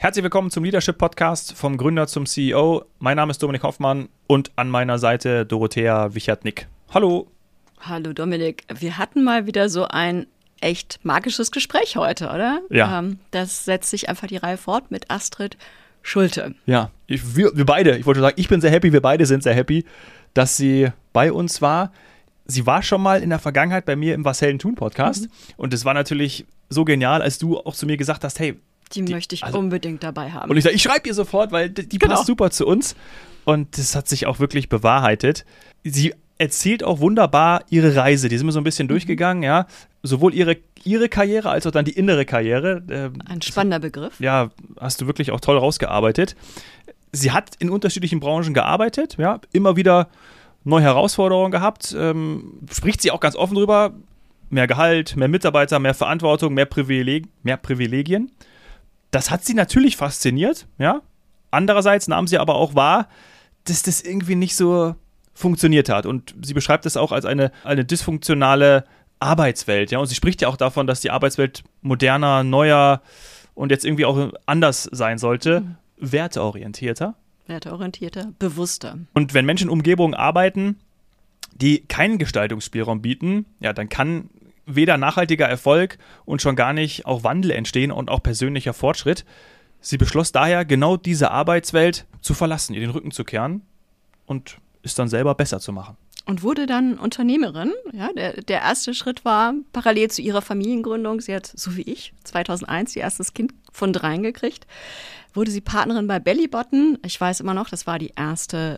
Herzlich willkommen zum Leadership Podcast vom Gründer zum CEO. Mein Name ist Dominik Hoffmann und an meiner Seite Dorothea Wichert-Nick. Hallo. Hallo Dominik. Wir hatten mal wieder so ein echt magisches Gespräch heute, oder? Ja. Das setzt sich einfach die Reihe fort mit Astrid Schulte. Ja, wir beide, ich wollte sagen, ich bin sehr happy, wir beide sind sehr happy, dass sie bei uns war. Sie war schon mal in der Vergangenheit bei mir im Was Helden tun Podcast und es war natürlich so genial, als du auch zu mir gesagt hast, hey, die möchte ich unbedingt dabei haben. Und ich sage, ich schreibe ihr sofort, weil die passt super zu uns. Und das hat sich auch wirklich bewahrheitet. Sie erzählt auch wunderbar ihre Reise. Die sind wir so ein bisschen durchgegangen, ja. Sowohl ihre Karriere als auch dann die innere Karriere. Ein spannender Begriff. Ja, hast du wirklich auch toll rausgearbeitet. Sie hat in unterschiedlichen Branchen gearbeitet, ja, immer wieder neue Herausforderungen gehabt. Spricht sie auch ganz offen drüber. Mehr Gehalt, mehr Mitarbeiter, mehr Verantwortung, mehr Privilegien. Das hat sie natürlich fasziniert, ja. Andererseits nahm sie aber auch wahr, dass das irgendwie nicht so funktioniert hat. Und sie beschreibt es auch als eine dysfunktionale Arbeitswelt, ja. Und sie spricht ja auch davon, dass die Arbeitswelt moderner, neuer und jetzt irgendwie auch anders sein sollte. Werteorientierter, bewusster. Und wenn Menschen in Umgebungen arbeiten, die keinen Gestaltungsspielraum bieten, ja, dann kann weder nachhaltiger Erfolg und schon gar nicht auch Wandel entstehen und auch persönlicher Fortschritt. Sie beschloss daher, genau diese Arbeitswelt zu verlassen, ihr den Rücken zu kehren und es dann selber besser zu machen. Und wurde dann Unternehmerin. Ja, der erste Schritt war parallel zu ihrer Familiengründung. Sie hat, so wie ich, 2001 ihr erstes Kind von 3 gekriegt. Wurde sie Partnerin bei Bellybutton. Ich weiß immer noch, das war die erste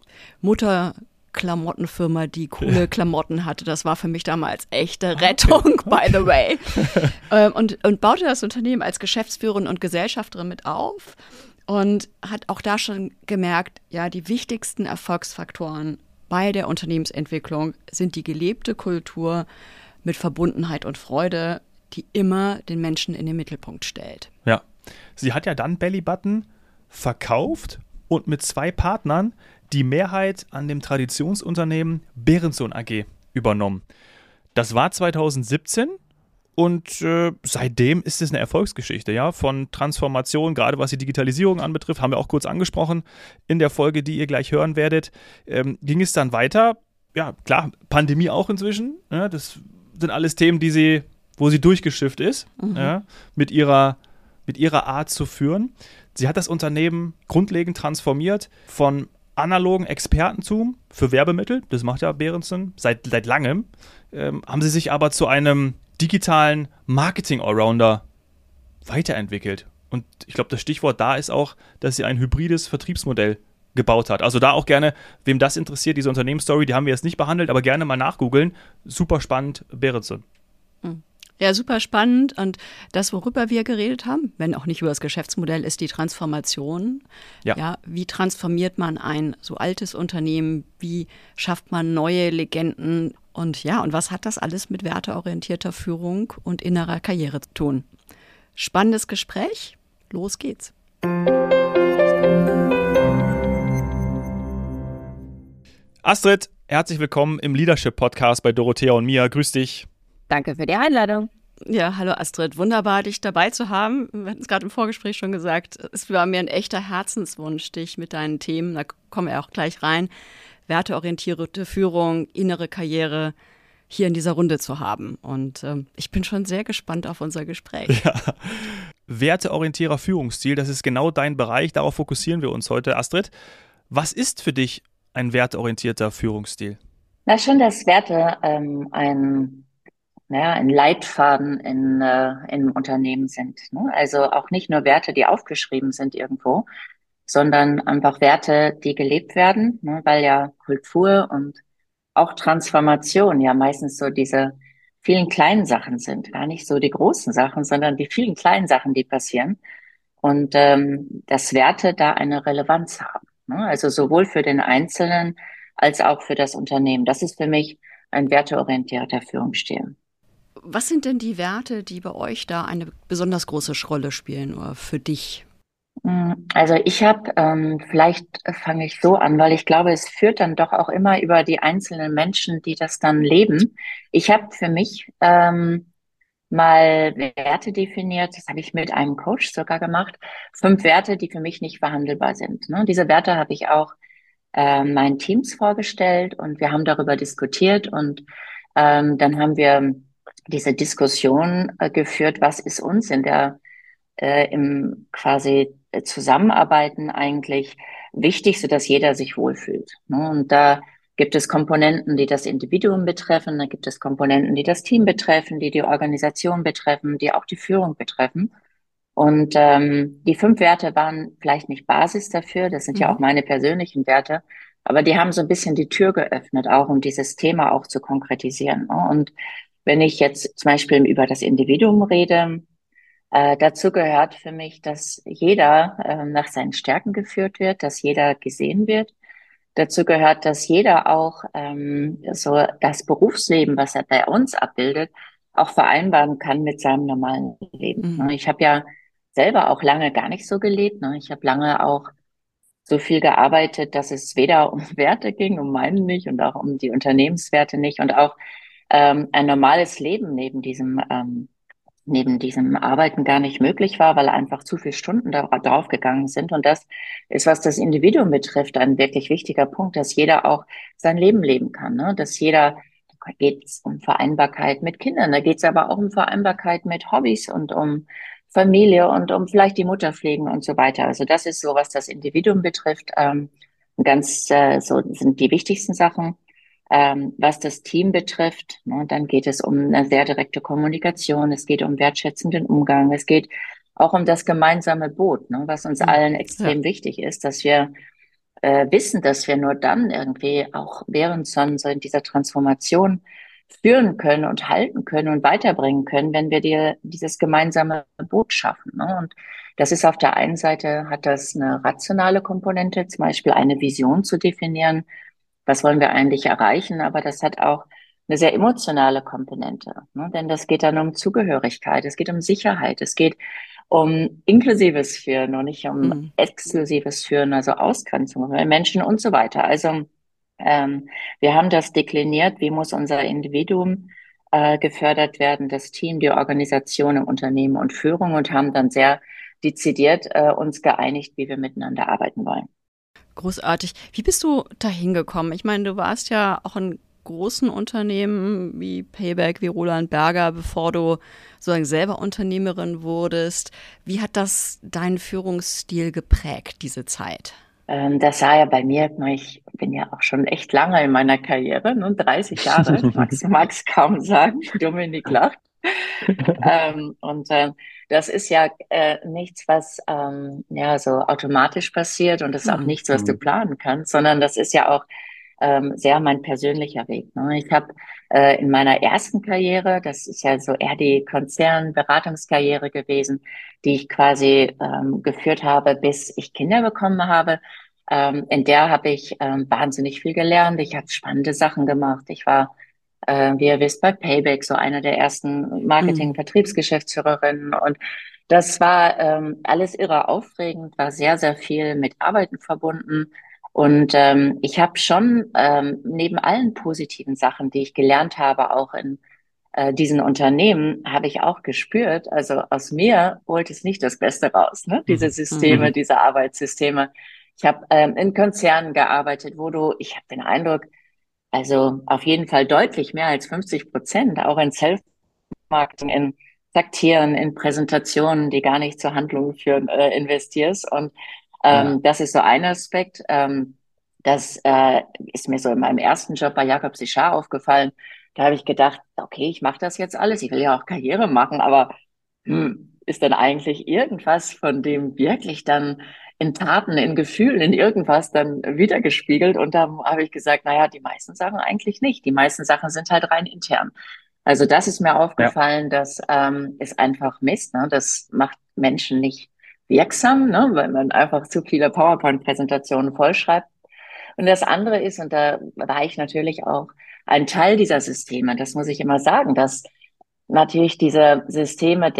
Klamottenfirma, die coole Klamotten hatte. Das war für mich damals echte Rettung, by the way. Und baute das Unternehmen als Geschäftsführerin und Gesellschafterin mit auf und hat auch da schon gemerkt, ja, die wichtigsten Erfolgsfaktoren bei der Unternehmensentwicklung sind die gelebte Kultur mit Verbundenheit und Freude, die immer den Menschen in den Mittelpunkt stellt. Ja, sie hat ja dann Bellybutton verkauft und mit 2 Partnern die Mehrheit an dem Traditionsunternehmen Berentzen AG übernommen. Das war 2017 und seitdem ist es eine Erfolgsgeschichte, ja, von Transformation, gerade was die Digitalisierung anbetrifft, haben wir auch kurz angesprochen in der Folge, die ihr gleich hören werdet, ging es dann weiter. Ja, klar, Pandemie auch inzwischen, ja, das sind alles Themen, wo sie durchgeschifft ist, ja, mit ihrer Art zu führen. Sie hat das Unternehmen grundlegend transformiert von analogen Expertentum für Werbemittel, das macht ja Berentzen seit langem, haben sie sich aber zu einem digitalen Marketing-Allrounder weiterentwickelt. Und ich glaube, das Stichwort da ist auch, dass sie ein hybrides Vertriebsmodell gebaut hat. Also da auch gerne, wem das interessiert, diese Unternehmensstory, die haben wir jetzt nicht behandelt, aber gerne mal nachgoogeln. Super spannend, Berentzen. Ja, super spannend. Und das, worüber wir geredet haben, wenn auch nicht über das Geschäftsmodell, ist die Transformation. Ja, wie transformiert man ein so altes Unternehmen? Wie schafft man neue Legenden? Und ja, und was hat das alles mit werteorientierter Führung und innerer Karriere zu tun? Spannendes Gespräch. Los geht's. Astrid, herzlich willkommen im Leadership-Podcast bei Dorothea und Mia. Grüß dich. Danke für die Einladung. Ja, hallo Astrid. Wunderbar, dich dabei zu haben. Wir hatten es gerade im Vorgespräch schon gesagt. Es war mir ein echter Herzenswunsch, dich mit deinen Themen, da kommen wir auch gleich rein, werteorientierte Führung, innere Karriere hier in dieser Runde zu haben. Und ich bin schon sehr gespannt auf unser Gespräch. Ja. Werteorientierter Führungsstil, das ist genau dein Bereich. Darauf fokussieren wir uns heute. Astrid, was ist für dich ein werteorientierter Führungsstil? Na, schon, dass Werte ein Leitfaden im Unternehmen sind. Ne? Also auch nicht nur Werte, die aufgeschrieben sind irgendwo, sondern einfach Werte, die gelebt werden, ne? Weil ja Kultur und auch Transformation ja meistens so diese vielen kleinen Sachen sind. Gar nicht so die großen Sachen, sondern die vielen kleinen Sachen, die passieren. Und dass Werte da eine Relevanz haben. Ne? Also sowohl für den Einzelnen als auch für das Unternehmen. Das ist für mich ein werteorientierter Führungsstil. Was sind denn die Werte, die bei euch da eine besonders große Rolle spielen oder für dich? Also ich habe, vielleicht fange ich so an, weil ich glaube, es führt dann doch auch immer über die einzelnen Menschen, die das dann leben. Ich habe für mich mal Werte definiert. Das habe ich mit einem Coach sogar gemacht. 5 Werte, die für mich nicht verhandelbar sind. Ne? Diese Werte habe ich auch meinen Teams vorgestellt und wir haben darüber diskutiert und dann haben wir diese Diskussion geführt, was ist uns in der im quasi Zusammenarbeiten eigentlich wichtig, sodass jeder sich wohlfühlt. Ne? Und da gibt es Komponenten, die das Individuum betreffen, da gibt es Komponenten, die das Team betreffen, die die Organisation betreffen, die auch die Führung betreffen. Und die 5 Werte waren vielleicht nicht Basis dafür, das sind ja auch Mhm. meine persönlichen Werte, aber die haben so ein bisschen die Tür geöffnet, auch um dieses Thema auch zu konkretisieren. Ne? Und wenn ich jetzt zum Beispiel über das Individuum rede, dazu gehört für mich, dass jeder nach seinen Stärken geführt wird, dass jeder gesehen wird. Dazu gehört, dass jeder auch so das Berufsleben, was er bei uns abbildet, auch vereinbaren kann mit seinem normalen Leben. Mhm. Ne? Ich habe ja selber auch lange gar nicht so gelebt. Ne? Ich habe lange auch so viel gearbeitet, dass es weder um Werte ging, um meinen nicht und auch um die Unternehmenswerte nicht und auch ein normales Leben neben diesem Arbeiten gar nicht möglich war, weil einfach zu viele Stunden da draufgegangen sind. Und das ist, was das Individuum betrifft, ein wirklich wichtiger Punkt, dass jeder auch sein Leben leben kann, ne? Dass jeder, da geht es um Vereinbarkeit mit Kindern, da geht es aber auch um Vereinbarkeit mit Hobbys und um Familie und um vielleicht die Mutter pflegen und so weiter. Also das ist so, was das Individuum betrifft, ganz so sind die wichtigsten Sachen. Was das Team betrifft, ne, dann geht es um eine sehr direkte Kommunikation, es geht um wertschätzenden Umgang, es geht auch um das gemeinsame Boot, ne, was uns Mhm. allen Ja. extrem wichtig ist, dass wir wissen, dass wir nur dann irgendwie auch während so in dieser Transformation führen können und halten können und weiterbringen können, wenn wir dieses gemeinsame Boot schaffen. Ne? Und das ist auf der einen Seite, hat das eine rationale Komponente, zum Beispiel eine Vision zu definieren, was wollen wir eigentlich erreichen, aber das hat auch eine sehr emotionale Komponente, ne? Denn das geht dann um Zugehörigkeit, es geht um Sicherheit, es geht um inklusives Führen und nicht um Mhm. exklusives Führen, also Ausgrenzung von Menschen und so weiter. Also wir haben das dekliniert, wie muss unser Individuum gefördert werden, das Team, die Organisation im Unternehmen und Führung und haben dann sehr dezidiert uns geeinigt, wie wir miteinander arbeiten wollen. Großartig. Wie bist du da hingekommen? Ich meine, du warst ja auch in großen Unternehmen wie Payback, wie Roland Berger, bevor du sozusagen selber Unternehmerin wurdest. Wie hat das deinen Führungsstil geprägt, diese Zeit? Das sah ja bei mir, ich bin ja auch schon echt lange in meiner Karriere, ne, 30 Jahre, mag's kaum sagen, Dominik lacht. Und das ist ja nichts, was ja so automatisch passiert und das ist auch Mhm. nichts, was du planen kannst, sondern das ist ja auch sehr mein persönlicher Weg. Ne? Ich habe in meiner ersten Karriere, das ist ja so eher die Konzernberatungskarriere gewesen, die ich quasi geführt habe, bis ich Kinder bekommen habe. In der habe ich wahnsinnig viel gelernt. Ich habe spannende Sachen gemacht. Ich war wie ihr wisst, bei Payback, so eine der ersten Mhm. Marketing-Vertriebsgeschäftsführerinnen. Und das war alles irre aufregend, war sehr, sehr viel mit Arbeiten verbunden. Und ich habe schon neben allen positiven Sachen, die ich gelernt habe, auch in diesen Unternehmen, habe ich auch gespürt, also aus mir holt es nicht das Beste raus, ne? Diese Mhm. Systeme, Mhm. diese Arbeitssysteme. Ich habe in Konzernen gearbeitet, ich habe den Eindruck, also auf jeden Fall deutlich mehr als 50%, auch in Self-Marketing, in Taktieren, in Präsentationen, die gar nicht zur Handlung führen, investierst. Und Ja. das ist so ein Aspekt. Das ist mir so in meinem ersten Job bei Jakob Sichar aufgefallen. Da habe ich gedacht, okay, ich mache das jetzt alles. Ich will ja auch Karriere machen, aber ist denn eigentlich irgendwas von dem wirklich dann in Taten, in Gefühlen, in irgendwas dann wiedergespiegelt? Und da habe ich gesagt, naja, die meisten Sachen eigentlich nicht. Die meisten Sachen sind halt rein intern. Also das ist mir Ja. aufgefallen, das ist einfach Mist. Ne? Das macht Menschen nicht wirksam, ne? Weil man einfach zu viele PowerPoint-Präsentationen vollschreibt. Und das andere ist, und da war ich natürlich auch ein Teil dieser Systeme, das muss ich immer sagen, dass natürlich diese Systeme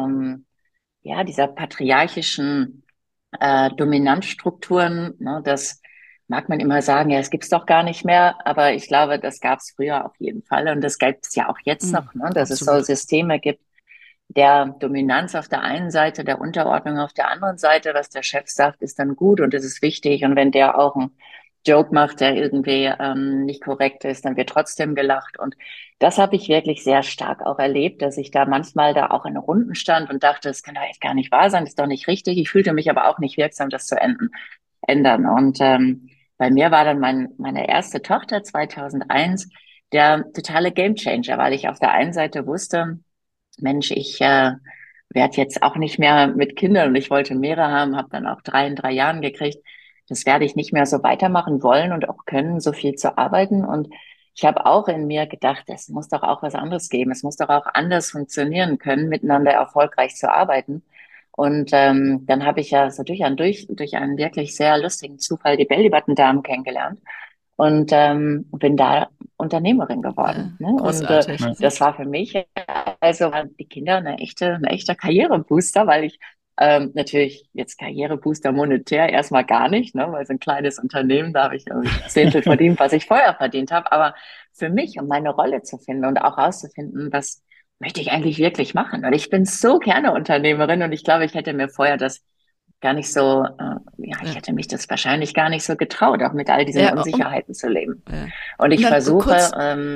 ja, dieser patriarchischen Dominanzstrukturen, ne, das mag man immer sagen, ja, es gibt's doch gar nicht mehr, aber ich glaube, das gab's früher auf jeden Fall und das gibt's ja auch jetzt Mhm. noch, ne, dass es so Absolut. Systeme gibt, der Dominanz auf der einen Seite, der Unterordnung auf der anderen Seite. Was der Chef sagt, ist dann gut und es ist wichtig. Und wenn der auch einen Joke macht, der irgendwie nicht korrekt ist, dann wird trotzdem gelacht. Und das habe ich wirklich sehr stark auch erlebt, dass ich da manchmal da auch in Runden stand und dachte, das kann doch echt gar nicht wahr sein, das ist doch nicht richtig. Ich fühlte mich aber auch nicht wirksam, das zu ändern. Und bei mir war dann meine erste Tochter 2001 der totale Gamechanger, weil ich auf der einen Seite wusste, Mensch, ich werde jetzt auch nicht mehr mit Kindern und ich wollte mehrere haben, habe dann auch 3 in 3 Jahren gekriegt. Das werde ich nicht mehr so weitermachen wollen und auch können, so viel zu arbeiten. Und ich habe auch in mir gedacht, es muss doch auch was anderes geben. Es muss doch auch anders funktionieren können, miteinander erfolgreich zu arbeiten. Und dann habe ich ja so durch einen wirklich sehr lustigen Zufall die Bellybutton-Damen kennengelernt und bin da Unternehmerin geworden. Ne? Und Großartig. das war für mich also waren die Kinder ein echter Karrierebooster, weil ich natürlich jetzt Karrierebooster monetär erstmal gar nicht, ne, weil so ein kleines Unternehmen, da habe ich irgendwie ein Zehntel verdient, was ich vorher verdient habe. Aber für mich, um meine Rolle zu finden und auch rauszufinden, was möchte ich eigentlich wirklich machen. Und ich bin so gerne Unternehmerin und ich glaube, ich hätte mir vorher das gar nicht so, ich hätte mich das wahrscheinlich gar nicht so getraut, auch mit all diesen Ja, Unsicherheiten zu leben. ja. Und Um ich da versuche,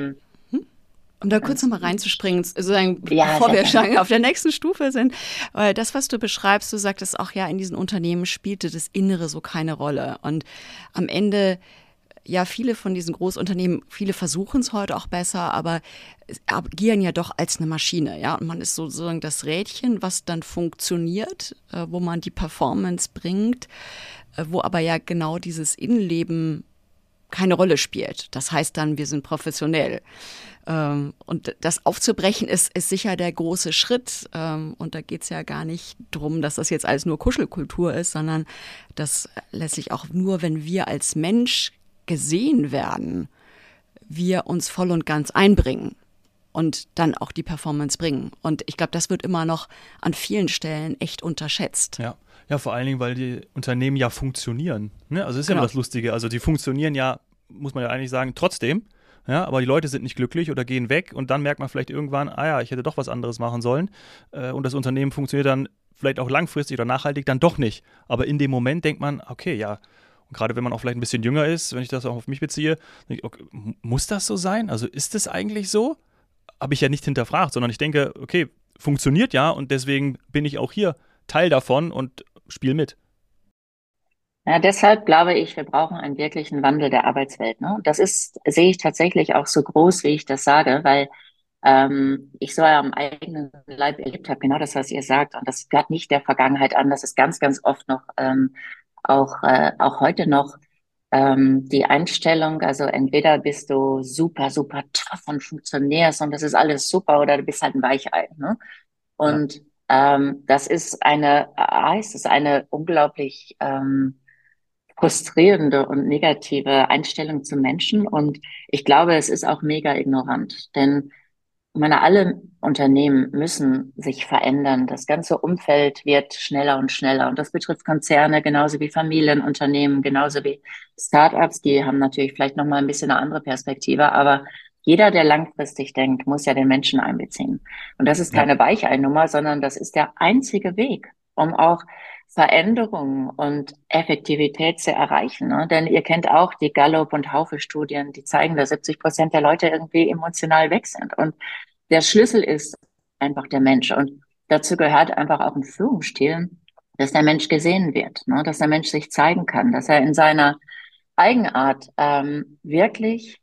kurz nochmal reinzuspringen, sozusagen, ja, bevor sehr wir gerne. schon auf der nächsten Stufe sind, weil das, was du beschreibst, du sagtest auch, ja, in diesen Unternehmen spielte das Innere so keine Rolle. Und am Ende, ja, viele von diesen Großunternehmen, viele versuchen es heute auch besser, aber agieren ja doch als eine Maschine, ja. Und man ist sozusagen das Rädchen, was dann funktioniert, wo man die Performance bringt, wo aber ja genau dieses Innenleben keine Rolle spielt. Das heißt dann, wir sind professionell. Und das aufzubrechen ist sicher der große Schritt. Und da geht es ja gar nicht drum, dass das jetzt alles nur Kuschelkultur ist, sondern das lässt sich auch nur, wenn wir als Mensch gesehen werden, wir uns voll und ganz einbringen und dann auch die Performance bringen. Und ich glaube, das wird immer noch an vielen Stellen echt unterschätzt. Ja. Ja, vor allen Dingen, weil die Unternehmen ja funktionieren. Ne? Also das ist ja Genau. immer das Lustige. Also die funktionieren ja, muss man ja eigentlich sagen, trotzdem. Ja, aber die Leute sind nicht glücklich oder gehen weg und dann merkt man vielleicht irgendwann, ich hätte doch was anderes machen sollen. Und das Unternehmen funktioniert dann vielleicht auch langfristig oder nachhaltig dann doch nicht. Aber in dem Moment denkt man, okay, ja, und gerade wenn man auch vielleicht ein bisschen jünger ist, wenn ich das auch auf mich beziehe, denke ich, okay, muss das so sein? Also ist es eigentlich so? Habe ich ja nicht hinterfragt, sondern ich denke, okay, funktioniert ja und deswegen bin ich auch hier Teil davon und spiele mit. Ja, deshalb glaube ich, wir brauchen einen wirklichen Wandel der Arbeitswelt. Ne? Das sehe ich tatsächlich auch so groß, wie ich das sage, weil ich so am eigenen Leib erlebt habe, genau das, was ihr sagt. Und das gehört nicht der Vergangenheit an. Das ist ganz, ganz oft noch, auch heute noch die Einstellung. Also entweder bist du super, super tough und funktionärst und das ist alles super, oder du bist halt ein Weichei. Ne? Ja. Und das ist es ist eine unglaublich frustrierende und negative Einstellung zu Menschen. Und ich glaube, es ist auch mega ignorant. Denn ich meine, alle Unternehmen müssen sich verändern. Das ganze Umfeld wird schneller und schneller. Und das betrifft Konzerne genauso wie Familienunternehmen, genauso wie Startups. Die haben natürlich vielleicht nochmal ein bisschen eine andere Perspektive. Aber jeder, der langfristig denkt, muss ja den Menschen einbeziehen. Und das ist Ja. keine Weichei-Nummer, sondern das ist der einzige Weg, um auch Veränderungen und Effektivität zu erreichen. Ne? Denn ihr kennt auch die Gallup- und Haufe-Studien, die zeigen, dass 70% der Leute irgendwie emotional weg sind. Und der Schlüssel ist einfach der Mensch. Und dazu gehört einfach auch ein Führungsstil, dass der Mensch gesehen wird, ne? Dass der Mensch sich zeigen kann, dass er in seiner Eigenart wirklich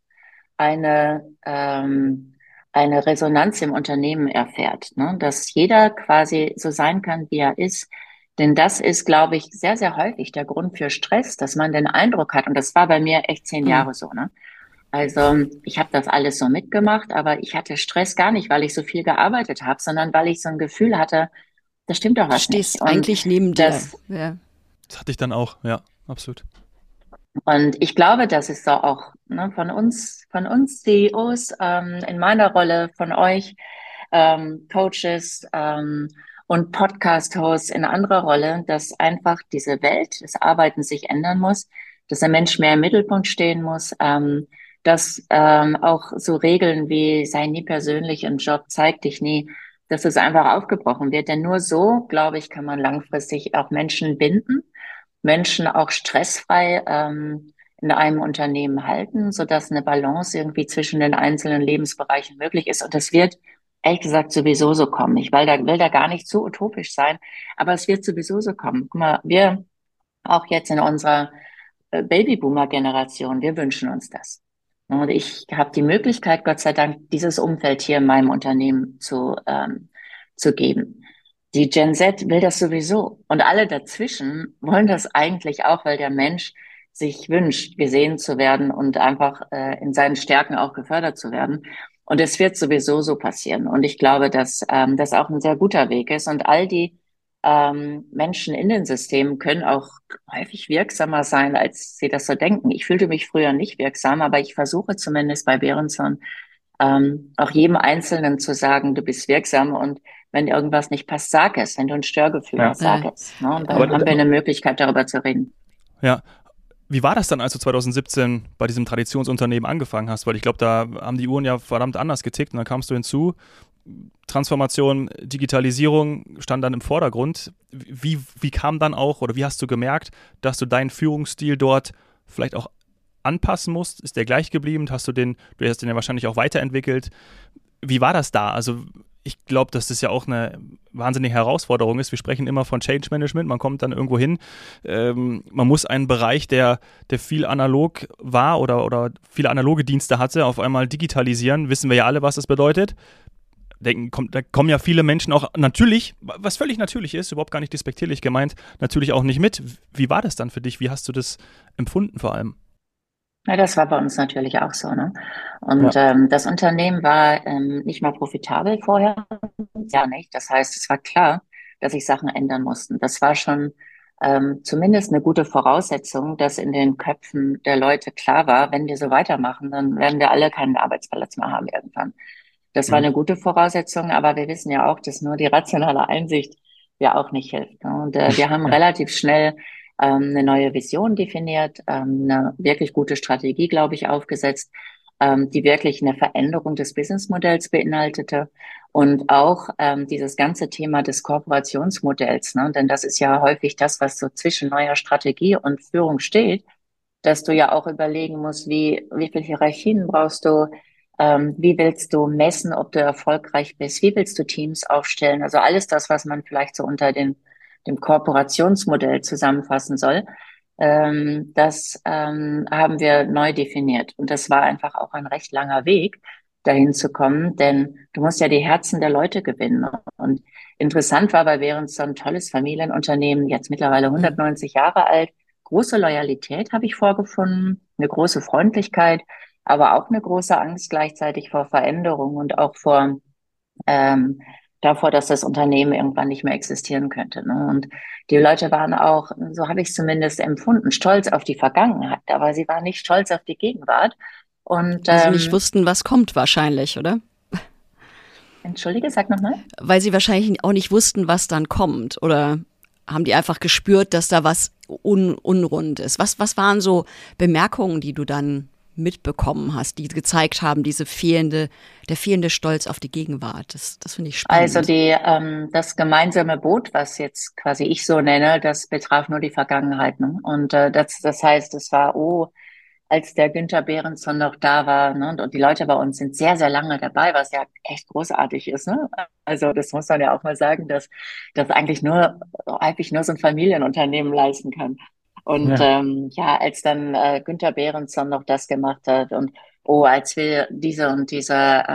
eine Resonanz im Unternehmen erfährt, ne? Dass jeder quasi so sein kann, wie er ist. Denn das ist, glaube ich, sehr, sehr häufig der Grund für Stress, dass man den Eindruck hat, und das war bei mir echt 10 Jahre so, ne? Also ich habe das alles so mitgemacht, aber ich hatte Stress gar nicht, weil ich so viel gearbeitet habe, sondern weil ich so ein Gefühl hatte, da stimmt doch Du was nicht. stehst eigentlich neben dir. Das, Ja. Das hatte ich dann auch, ja, absolut. und ich glaube, das ist so auch, ne, von uns CEOs, in meiner Rolle, von euch, Coaches, und Podcast-Hosts in anderer Rolle, dass einfach diese Welt des Arbeitens sich ändern muss, dass der Mensch mehr im Mittelpunkt stehen muss, dass auch so Regeln wie sei nie persönlich im Job, zeig dich nie dass es einfach aufgebrochen wird. Denn nur so, glaube ich, kann man langfristig auch Menschen binden, Menschen auch stressfrei in einem Unternehmen halten, sodass eine Balance irgendwie zwischen den einzelnen Lebensbereichen möglich ist. Und das wird ehrlich gesagt sowieso so kommen. Ich will da gar nicht zu utopisch sein, aber es wird sowieso so kommen. Guck mal, wir auch jetzt in unserer Babyboomer-Generation, wir wünschen uns das. Und ich habe die Möglichkeit, Gott sei Dank, dieses Umfeld hier in meinem Unternehmen zu geben. Die Gen Z will das sowieso. Und alle dazwischen wollen das eigentlich auch, weil der Mensch sich wünscht, gesehen zu werden und einfach in seinen Stärken auch gefördert zu werden. Und es wird sowieso so passieren. Und ich glaube, dass das auch ein sehr guter Weg ist. Und all die Menschen in den Systemen können auch häufig wirksamer sein, als sie das so denken. Ich fühlte mich früher nicht wirksam, aber ich versuche zumindest bei Behrenson auch jedem Einzelnen zu sagen, du bist wirksam und wenn irgendwas nicht passt, sag es. Wenn du ein Störgefühl hast, sag es. Ne? Und dann haben wir eine Möglichkeit, darüber zu reden. Ja. Wie war das dann, als du 2017 bei diesem Traditionsunternehmen angefangen hast? Weil ich glaube, da haben die Uhren ja verdammt anders getickt und dann kamst du hinzu. Transformation, Digitalisierung stand dann im Vordergrund. Wie kam dann auch, oder wie hast du gemerkt, dass du deinen Führungsstil dort vielleicht auch anpassen musst? Ist der gleich geblieben? Du hast den ja wahrscheinlich auch weiterentwickelt. Wie war das da? Also ich glaube, dass das ja auch eine wahnsinnige Herausforderung ist. Wir sprechen immer von Change Management. Man kommt dann irgendwo hin. Man muss einen Bereich, der viel analog war oder viele analoge Dienste hatte, auf einmal digitalisieren. Wissen wir ja alle, was das bedeutet. Da kommen ja viele Menschen auch natürlich, was völlig natürlich ist, überhaupt gar nicht despektierlich gemeint, natürlich auch nicht mit. Wie war das dann für dich? Wie hast du das empfunden vor allem? Ja, das war bei uns natürlich auch so, ne? Und das Unternehmen war nicht mal profitabel vorher, ja nicht. Das heißt, es war klar, dass sich Sachen ändern mussten. Das war schon zumindest eine gute Voraussetzung, dass in den Köpfen der Leute klar war, wenn wir so weitermachen, dann werden wir alle keinen Arbeitsplatz mehr haben irgendwann. Das war eine gute Voraussetzung, aber wir wissen ja auch, dass nur die rationale Einsicht ja auch nicht hilft. Ne? Und wir haben relativ schnell eine neue Vision definiert, eine wirklich gute Strategie, glaube ich, aufgesetzt, die wirklich eine Veränderung des Businessmodells beinhaltete und auch dieses ganze Thema des Kooperationsmodells, ne? Denn das ist ja häufig das, was so zwischen neuer Strategie und Führung steht, dass du ja auch überlegen musst, wie viel Hierarchien brauchst du, wie willst du messen, ob du erfolgreich bist, wie willst du Teams aufstellen, also alles das, was man vielleicht so unter dem Kooperationsmodell zusammenfassen soll, das haben wir neu definiert. Und das war einfach auch ein recht langer Weg, dahin zu kommen, denn du musst ja die Herzen der Leute gewinnen. Und interessant war, weil während so ein tolles Familienunternehmen, jetzt mittlerweile 190 Jahre alt, große Loyalität habe ich vorgefunden, eine große Freundlichkeit, aber auch eine große Angst gleichzeitig vor Veränderung und auch ähm, davor, dass das Unternehmen irgendwann nicht mehr existieren könnte. Ne? Und die Leute waren auch, so habe ich es zumindest empfunden, stolz auf die Vergangenheit, aber sie waren nicht stolz auf die Gegenwart. Und weil sie nicht wussten, was kommt wahrscheinlich, oder? Entschuldige, sag nochmal. Weil sie wahrscheinlich auch nicht wussten, was dann kommt, oder haben die einfach gespürt, dass da was unrund ist? Was waren so Bemerkungen, die du dann mitbekommen hast, die gezeigt haben, der fehlende Stolz auf die Gegenwart? Das finde ich spannend. Also das gemeinsame Boot, was jetzt quasi ich so nenne, das betraf nur die Vergangenheit. Ne? Und das heißt, es war, als der Günther Behrenson noch da war, ne? Und die Leute bei uns sind sehr, sehr lange dabei, was ja echt großartig ist. Ne? Also das muss man ja auch mal sagen, dass das eigentlich häufig nur so ein Familienunternehmen leisten kann. Und als dann Günther Behrenson noch das gemacht hat und als wir diese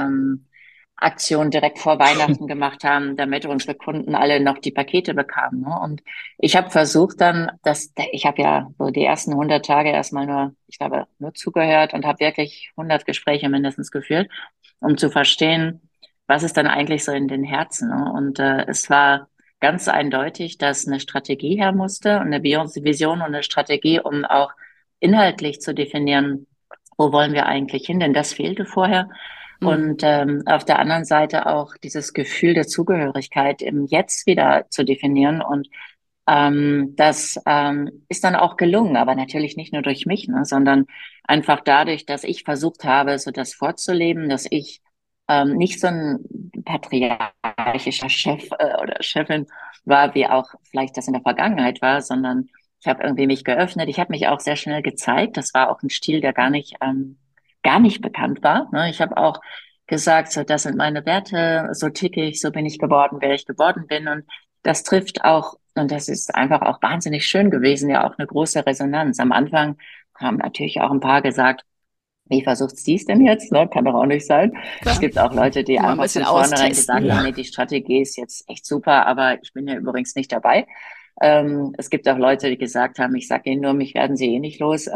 Aktion direkt vor Weihnachten gemacht haben, damit unsere Kunden alle noch die Pakete bekamen. Ne? Und ich habe versucht dann, ich habe ja so die ersten 100 Tage erstmal nur zugehört und habe wirklich 100 Gespräche mindestens geführt, um zu verstehen, was ist dann eigentlich so in den Herzen. Ne? Und es war ganz eindeutig, dass eine Strategie her musste und eine Vision und eine Strategie, um auch inhaltlich zu definieren, wo wollen wir eigentlich hin, denn das fehlte vorher. Und auf der anderen Seite auch dieses Gefühl der Zugehörigkeit im Jetzt wieder zu definieren. Und das ist dann auch gelungen, aber natürlich nicht nur durch mich, ne, sondern einfach dadurch, dass ich versucht habe, so das vorzuleben, dass ich nicht so ein patriarchischer Chef oder Chefin war, wie auch vielleicht das in der Vergangenheit war, sondern ich habe irgendwie mich geöffnet. Ich habe mich auch sehr schnell gezeigt. Das war auch ein Stil, der gar nicht bekannt war. Ne? Ich habe auch gesagt, so, das sind meine Werte, so ticke ich, so bin ich geworden, wer ich geworden bin. Und das trifft auch, und das ist einfach auch wahnsinnig schön gewesen, ja auch eine große Resonanz. Am Anfang haben natürlich auch ein paar gesagt, wie versucht sie es denn jetzt? Ne? Kann doch auch nicht sein. Es Klar. gibt auch Leute, die Mal ein einfach bisschen von vornherein austesten. gesagt haben, nee, die Strategie ist jetzt echt super, aber ich bin ja übrigens nicht dabei. Es gibt auch Leute, die gesagt haben, ich sage Ihnen nur, mich werden Sie eh nicht los.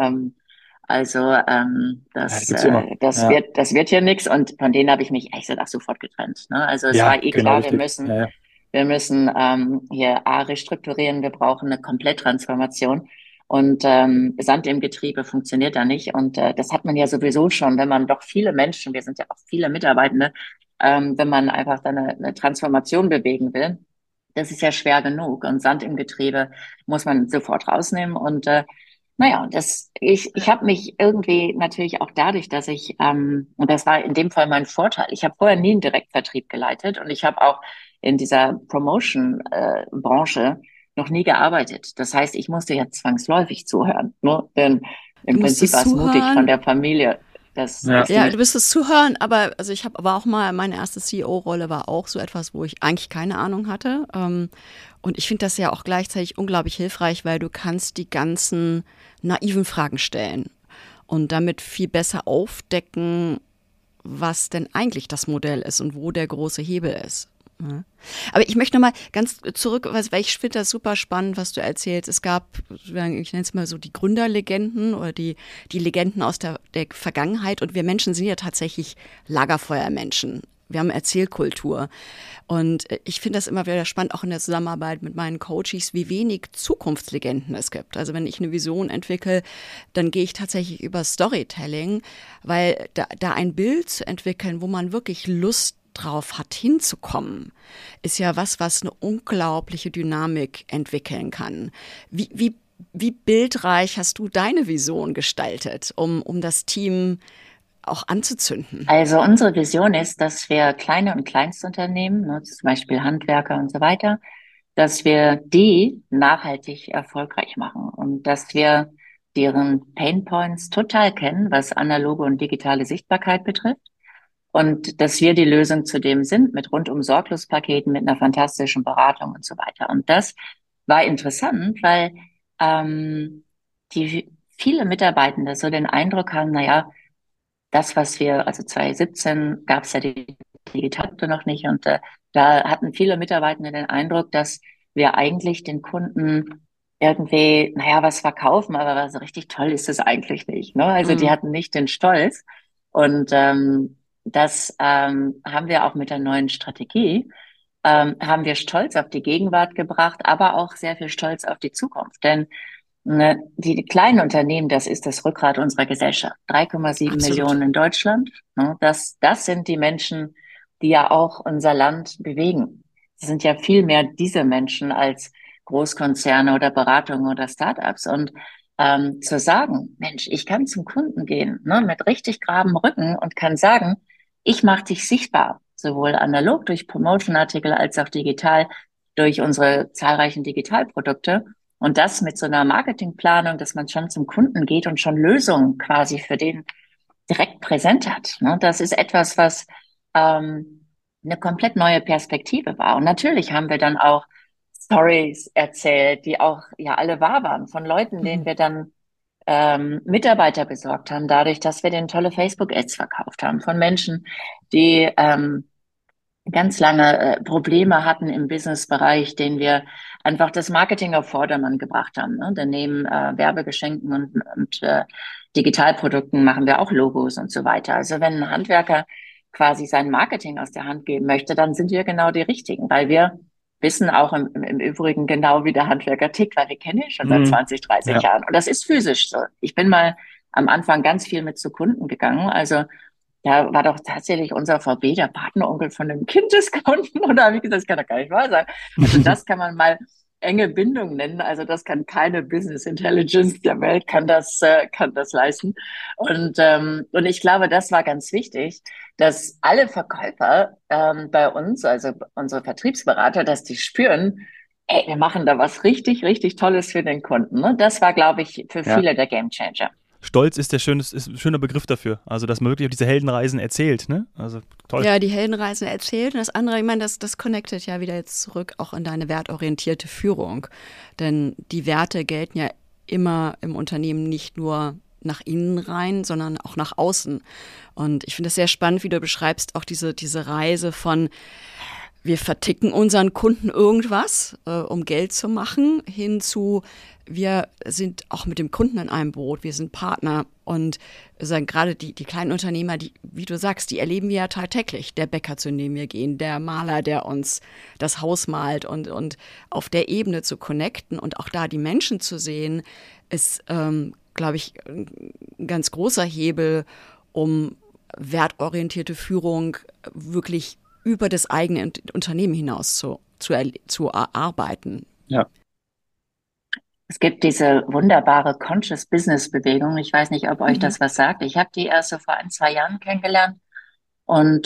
Ja, die gibt's immer. Ja, Das wird hier nichts. Und von denen habe ich mich ehrlich gesagt auch sofort getrennt. Ne? Also es ja, war eh genau klar, richtig. Ja, ja. wir müssen hier A restrukturieren, wir brauchen eine Kompletttransformation. Und Sand im Getriebe funktioniert da nicht. Und das hat man ja sowieso schon, wenn man doch viele Menschen, wir sind ja auch viele Mitarbeitende, wenn man einfach dann eine Transformation bewegen will, das ist ja schwer genug. Und Sand im Getriebe muss man sofort rausnehmen. Und naja, ich habe mich irgendwie natürlich auch dadurch, dass und das war in dem Fall mein Vorteil, ich habe vorher nie einen Direktvertrieb geleitet und ich habe auch in dieser Promotion-Branche noch nie gearbeitet. Das heißt, ich musste ja zwangsläufig zuhören. Ne? Denn Du im Prinzip musstest war es mutig von zuhören. der Familie, Ja. dass die Ja, du mich. bist es zuhören, aber also ich habe aber auch mal, meine erste CEO-Rolle war auch so etwas, wo ich eigentlich keine Ahnung hatte. Und ich finde das ja auch gleichzeitig unglaublich hilfreich, weil du kannst die ganzen naiven Fragen stellen und damit viel besser aufdecken, was denn eigentlich das Modell ist und wo der große Hebel ist. Ja. Aber ich möchte noch mal ganz zurück, weil ich finde das super spannend, was du erzählst. Es gab, ich nenne es mal so die Gründerlegenden oder die Legenden aus der Vergangenheit. Und wir Menschen sind ja tatsächlich Lagerfeuermenschen. Wir haben Erzählkultur. Und ich finde das immer wieder spannend, auch in der Zusammenarbeit mit meinen Coaches, wie wenig Zukunftslegenden es gibt. Also wenn ich eine Vision entwickle, dann gehe ich tatsächlich über Storytelling, weil da ein Bild zu entwickeln, wo man wirklich Lust drauf hat, hinzukommen, ist ja was eine unglaubliche Dynamik entwickeln kann. Wie bildreich hast du deine Vision gestaltet, um das Team auch anzuzünden? Also unsere Vision ist, dass wir kleine und Kleinstunternehmen, ne, zum Beispiel Handwerker und so weiter, dass wir die nachhaltig erfolgreich machen und dass wir deren Painpoints total kennen, was analoge und digitale Sichtbarkeit betrifft. Und dass wir die Lösung zu dem sind mit rundum Sorglos-Paketen, mit einer fantastischen Beratung und so weiter. Und das war interessant, weil die viele Mitarbeitende so den Eindruck haben, naja, das, was wir, also 2017 gab es ja die Digitalprodukte noch nicht und da hatten viele Mitarbeitende den Eindruck, dass wir eigentlich den Kunden irgendwie, naja, was verkaufen, aber so richtig toll ist es eigentlich nicht. Ne? Also die Mhm. hatten nicht den Stolz und das haben wir auch mit der neuen Strategie, haben wir Stolz auf die Gegenwart gebracht, aber auch sehr viel Stolz auf die Zukunft. Denn ne, die kleinen Unternehmen, das ist das Rückgrat unserer Gesellschaft. 3,7 Absolut. Millionen in Deutschland. Ne, das sind die Menschen, die ja auch unser Land bewegen. Es sind ja viel mehr diese Menschen als Großkonzerne oder Beratungen oder Startups. Und zu sagen, Mensch, ich kann zum Kunden gehen, ne, mit richtig geradem Rücken und kann sagen, ich mache dich sichtbar, sowohl analog durch Promotion-Artikel als auch digital durch unsere zahlreichen Digitalprodukte. Und das mit so einer Marketingplanung, dass man schon zum Kunden geht und schon Lösungen quasi für den direkt präsent hat. Ne? Das ist etwas, was eine komplett neue Perspektive war. Und natürlich haben wir dann auch Stories erzählt, die auch ja alle wahr waren, von Leuten, denen Mhm. wir dann Mitarbeiter besorgt haben, dadurch, dass wir denen tolle Facebook-Ads verkauft haben, von Menschen, die ganz lange Probleme hatten im Businessbereich, denen wir einfach das Marketing auf Vordermann gebracht haben. Ne? Denn neben Werbegeschenken und Digitalprodukten machen wir auch Logos und so weiter. Also wenn ein Handwerker quasi sein Marketing aus der Hand geben möchte, dann sind wir genau die Richtigen, weil wir wissen auch im Übrigen genau, wie der Handwerker tickt, weil wir kennen ihn schon seit Mhm. 20, 30 Ja. Jahren. Und das ist physisch so. Ich bin mal am Anfang ganz viel mit zu Kunden gegangen. Also da war doch tatsächlich unser VB der Patenonkel von dem Kind des Kunden. Und da habe ich gesagt, das kann doch gar nicht wahr sein. Also das kann man mal enge Bindung nennen. Also das kann keine Business Intelligence der Welt kann das leisten. Und ich glaube, das war ganz wichtig, dass alle Verkäufer bei uns, also unsere Vertriebsberater, dass die spüren, ey, wir machen da was richtig, richtig Tolles für den Kunden. Ne? Das war, glaube ich, für Ja. viele der Gamechanger. Stolz ist ist ein schöner Begriff dafür. Also, dass man wirklich auf diese Heldenreisen erzählt, ne? Also, toll. Ja, die Heldenreisen erzählt. Und das andere, ich meine, das connectet ja wieder jetzt zurück auch in deine wertorientierte Führung. Denn die Werte gelten ja immer im Unternehmen nicht nur nach innen rein, sondern auch nach außen. Und ich finde es sehr spannend, wie du beschreibst, auch diese Reise von wir verticken unseren Kunden irgendwas, um Geld zu machen, hin zu wir sind auch mit dem Kunden in einem Boot, wir sind Partner und sagen gerade die kleinen Unternehmer, die, wie du sagst, die erleben wir ja tagtäglich. Der Bäcker, zu dem wir gehen, der Maler, der uns das Haus malt und auf der Ebene zu connecten und auch da die Menschen zu sehen, ist, glaube ich, ein ganz großer Hebel, um wertorientierte Führung wirklich über das eigene Unternehmen hinaus zu erarbeiten. Ja. Es gibt diese wunderbare Conscious Business Bewegung. Ich weiß nicht, ob euch das was sagt. Ich habe die erst so vor 1, 2 Jahren kennengelernt. Und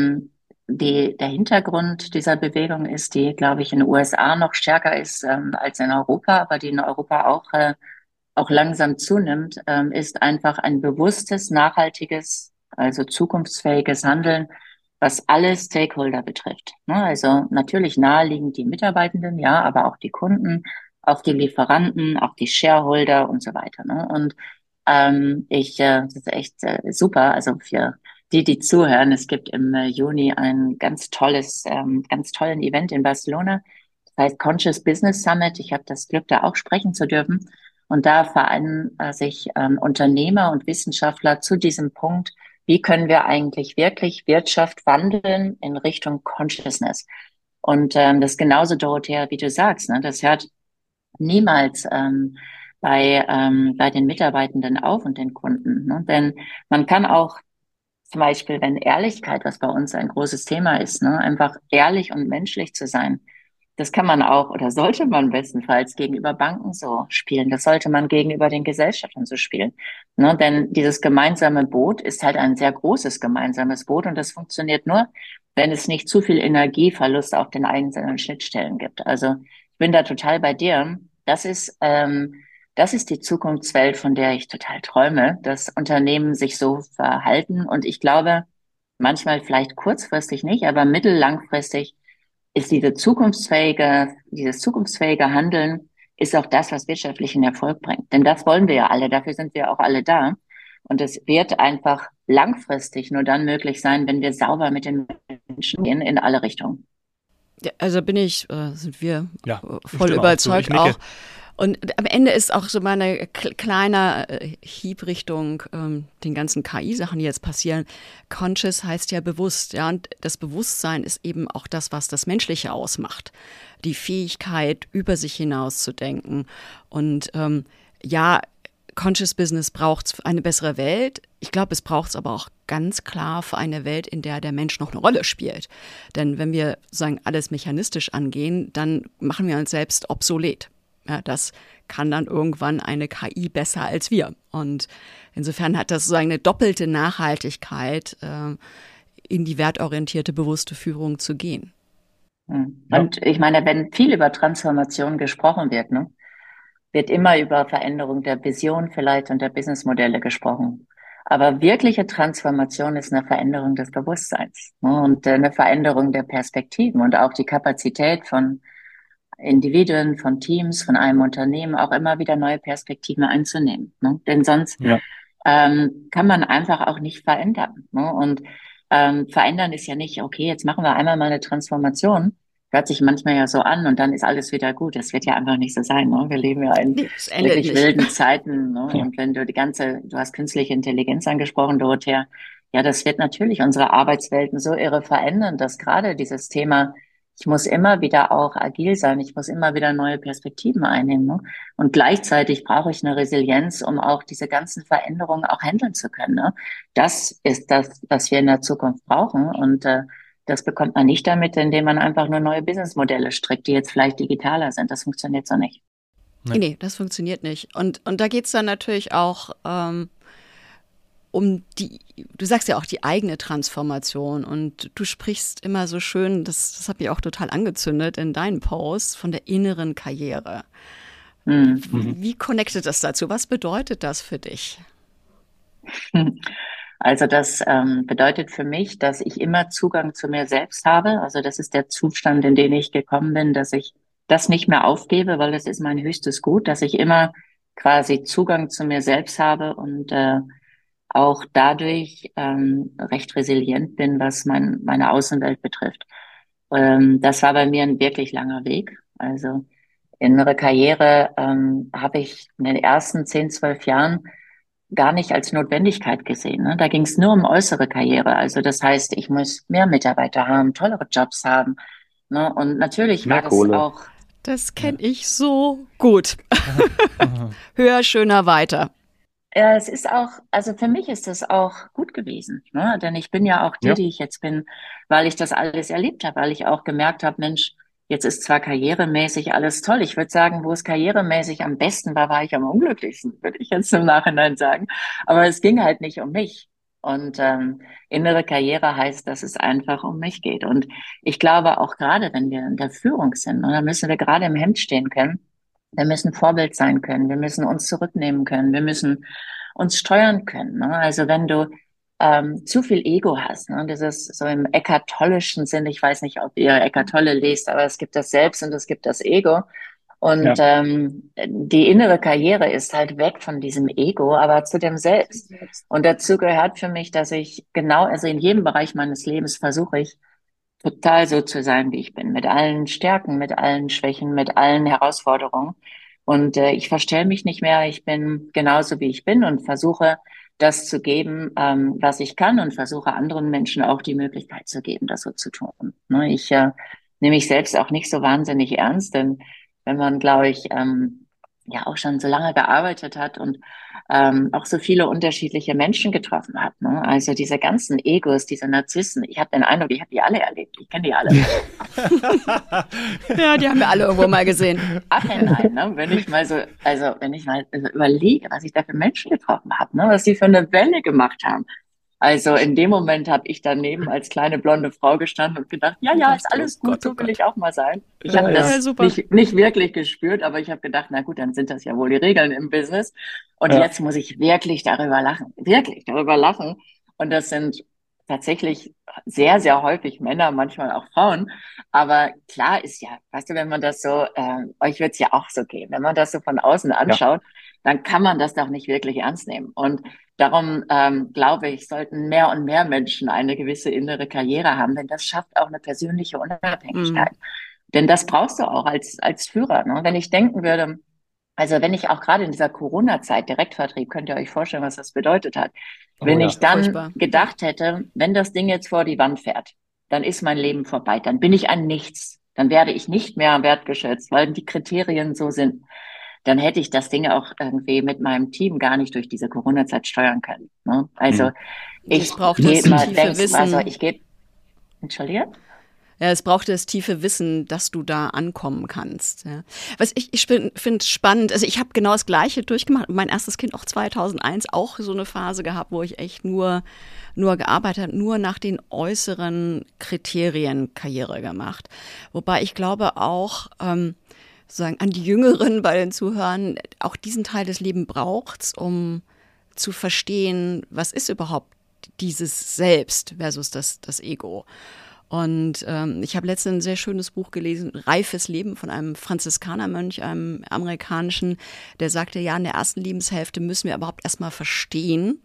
der Hintergrund dieser Bewegung ist, die, glaube ich, in den USA noch stärker ist als in Europa, aber die in Europa auch langsam zunimmt, ist einfach ein bewusstes, nachhaltiges, also zukunftsfähiges Handeln, was alle Stakeholder betrifft. Ne? Also natürlich naheliegend die Mitarbeitenden, ja, aber auch die Kunden, auch die Lieferanten, auch die Shareholder und so weiter. Ne? Und das ist echt super. Also für die zuhören, es gibt im Juni ein ganz tollen Event in Barcelona. Das heißt Conscious Business Summit. Ich habe das Glück, da auch sprechen zu dürfen. Und da vereinen sich Unternehmer und Wissenschaftler zu diesem Punkt, wie können wir eigentlich wirklich Wirtschaft wandeln in Richtung Consciousness? Und das ist genauso, Dorothea, wie du sagst, ne? Das hört niemals bei den Mitarbeitenden auf und den Kunden. Ne? Denn man kann auch zum Beispiel, wenn Ehrlichkeit, was bei uns ein großes Thema ist, ne, einfach ehrlich und menschlich zu sein, das kann man auch oder sollte man bestenfalls gegenüber Banken so spielen. Das sollte man gegenüber den Gesellschaften so spielen. Ne, denn dieses gemeinsame Boot ist halt ein sehr großes gemeinsames Boot und das funktioniert nur, wenn es nicht zu viel Energieverlust auf den einzelnen Schnittstellen gibt. Also ich bin da total bei dir. Das ist die Zukunftswelt, von der ich total träume, dass Unternehmen sich so verhalten. Und ich glaube, manchmal vielleicht kurzfristig nicht, aber mittellangfristig ist dieses zukunftsfähige Handeln ist auch das, was wirtschaftlichen Erfolg bringt. Denn das wollen wir ja alle, dafür sind wir auch alle da. Und es wird einfach langfristig nur dann möglich sein, wenn wir sauber mit den Menschen gehen in alle Richtungen. Ja, also sind wir Ja, voll stimme überzeugt auch. Ich nicke. auch. Und am Ende ist auch so meine kleine Hieb Richtung den ganzen KI-Sachen, die jetzt passieren. Conscious heißt ja bewusst, ja, und das Bewusstsein ist eben auch das, was das Menschliche ausmacht. Die Fähigkeit, über sich hinaus zu denken. Und ja, Conscious Business braucht es für eine bessere Welt. Ich glaube, es braucht es aber auch ganz klar für eine Welt, in der der Mensch noch eine Rolle spielt. Denn wenn wir sozusagen alles mechanistisch angehen, dann machen wir uns selbst obsolet. Ja, das kann dann irgendwann eine KI besser als wir. Und insofern hat das sozusagen eine doppelte Nachhaltigkeit, in die wertorientierte, bewusste Führung zu gehen. Und ich meine, wenn viel über Transformation gesprochen wird, ne, wird immer über Veränderung der Vision vielleicht und der Businessmodelle gesprochen. Aber wirkliche Transformation ist eine Veränderung des Bewusstseins, ne, und eine Veränderung der Perspektiven und auch die Kapazität von Individuen, von Teams, von einem Unternehmen auch immer wieder neue Perspektiven einzunehmen. Ne? Denn sonst kann man einfach auch nicht verändern. Ne? Und verändern ist ja nicht, okay, jetzt machen wir einmal mal eine Transformation. Hört sich manchmal ja so an und dann ist alles wieder gut. Das wird ja einfach nicht so sein. Ne? Wir leben ja in wirklich wilden Zeiten. Ne? Ja. Und wenn du du hast künstliche Intelligenz angesprochen, Dorothea, ja, das wird natürlich unsere Arbeitswelten so irre verändern, dass gerade dieses Thema, ich muss immer wieder auch agil sein, ich muss immer wieder neue Perspektiven einnehmen. Ne? Und gleichzeitig brauche ich eine Resilienz, um auch diese ganzen Veränderungen auch handeln zu können. Ne? Das ist das, was wir in der Zukunft brauchen. Und Das bekommt man nicht damit, indem man einfach nur neue Businessmodelle strickt, die jetzt vielleicht digitaler sind. Das funktioniert so nicht. Nee, das funktioniert nicht. Und da geht es dann natürlich auch um du sagst ja auch die eigene Transformation und du sprichst immer so schön, das hat mich auch total angezündet in deinen Posts, von der inneren Karriere. Wie connectet das dazu? Was bedeutet das für dich? Also das bedeutet für mich, dass ich immer Zugang zu mir selbst habe. Also das ist der Zustand, in den ich gekommen bin, dass ich das nicht mehr aufgebe, weil das ist mein höchstes Gut, dass ich immer quasi Zugang zu mir selbst habe und auch dadurch recht resilient bin, was meine Außenwelt betrifft. Das war bei mir ein wirklich langer Weg. Also innere Karriere habe ich in den ersten 10, 12 Jahren gar nicht als Notwendigkeit gesehen. Ne? Da ging es nur um äußere Karriere. Also das heißt, ich muss mehr Mitarbeiter haben, tollere Jobs haben. Ne? Und natürlich war Mehr das Kohle. auch. Das kenne ich so gut. Höher, schöner, weiter. Ja, es ist auch, also für mich ist das auch gut gewesen, ne? Denn ich bin ja auch Ja. die ich jetzt bin, weil ich das alles erlebt habe, weil ich auch gemerkt habe, Mensch, jetzt ist zwar karrieremäßig alles toll. Ich würde sagen, wo es karrieremäßig am besten war, war ich am unglücklichsten, würde ich jetzt im Nachhinein sagen. Aber es ging halt nicht um mich. Und innere Karriere heißt, dass es einfach um mich geht. Und ich glaube auch gerade, wenn wir in der Führung sind, ne, dann müssen wir gerade im Hemd stehen können. Wir müssen Vorbild sein können. Wir müssen uns zurücknehmen können. Wir müssen uns steuern können. Ne? Also wenn du zu viel Ego hast, ne? Das ist so im Eckhart Tollischen Sinn. Ich weiß nicht, ob ihr Eckhart Tolle lest, aber es gibt das Selbst und es gibt das Ego. Und Ja. die innere Karriere ist halt weg von diesem Ego, aber zu dem Selbst. Und dazu gehört für mich, dass ich genau, also in jedem Bereich meines Lebens versuche ich, total so zu sein, wie ich bin, mit allen Stärken, mit allen Schwächen, mit allen Herausforderungen. Und ich verstelle mich nicht mehr. Ich bin genauso, wie ich bin und versuche, das zu geben, was ich kann und versuche anderen Menschen auch die Möglichkeit zu geben, das so zu tun. Ne, ich nehme mich selbst auch nicht so wahnsinnig ernst, denn wenn man, glaube ich, ja auch schon so lange gearbeitet hat und auch so viele unterschiedliche Menschen getroffen hat. Ne? Also diese ganzen Egos, diese Narzissen, ich habe den Eindruck, ich habe die alle erlebt. Ich kenne die alle. Ja, die haben wir alle irgendwo mal gesehen. Ach nein, ne? Wenn ich mal überlege, was ich da für Menschen getroffen habe, ne? Was die für eine Welle gemacht haben. Also in dem Moment habe ich daneben als kleine blonde Frau gestanden und gedacht, ja, ja, ist alles gut, so will ich auch mal sein. Ich habe das nicht wirklich gespürt, aber ich habe gedacht, na gut, dann sind das ja wohl die Regeln im Business. Und jetzt muss ich wirklich darüber lachen. Und das sind tatsächlich sehr, sehr häufig Männer, manchmal auch Frauen. Aber klar ist ja, weißt du, wenn man das so, euch wird's ja auch so gehen, wenn man das so von außen anschaut, dann kann man das doch nicht wirklich ernst nehmen. Und darum glaube ich, sollten mehr und mehr Menschen eine gewisse innere Karriere haben, denn das schafft auch eine persönliche Unabhängigkeit. Denn das brauchst du auch als Führer. Ne? Wenn ich denken würde, also wenn ich auch gerade in dieser Corona-Zeit, Direktvertrieb, könnt ihr euch vorstellen, was das bedeutet hat. Wenn ich dann furchtbar gedacht hätte, wenn das Ding jetzt vor die Wand fährt, dann ist mein Leben vorbei, dann bin ich ein Nichts, dann werde ich nicht mehr wertgeschätzt, weil die Kriterien so sind. Dann hätte ich das Ding auch irgendwie mit meinem Team gar nicht durch diese Corona-Zeit steuern können. Ne? Also es braucht das tiefe Wissen. Entschuldige? Ja, es braucht das tiefe Wissen, dass du da ankommen kannst. Ja. Was ich finde spannend, also ich habe genau das Gleiche durchgemacht. Mein erstes Kind auch 2001, auch so eine Phase gehabt, wo ich echt nur gearbeitet habe, nur nach den äußeren Kriterien Karriere gemacht. Wobei ich glaube auch, sozusagen an die Jüngeren bei den Zuhörern, auch diesen Teil des Lebens braucht's, um zu verstehen, was ist überhaupt dieses Selbst versus das Ego. Und ich habe letztens ein sehr schönes Buch gelesen, Reifes Leben von einem Franziskanermönch, einem amerikanischen, der sagte, ja, in der ersten Lebenshälfte müssen wir überhaupt erstmal verstehen,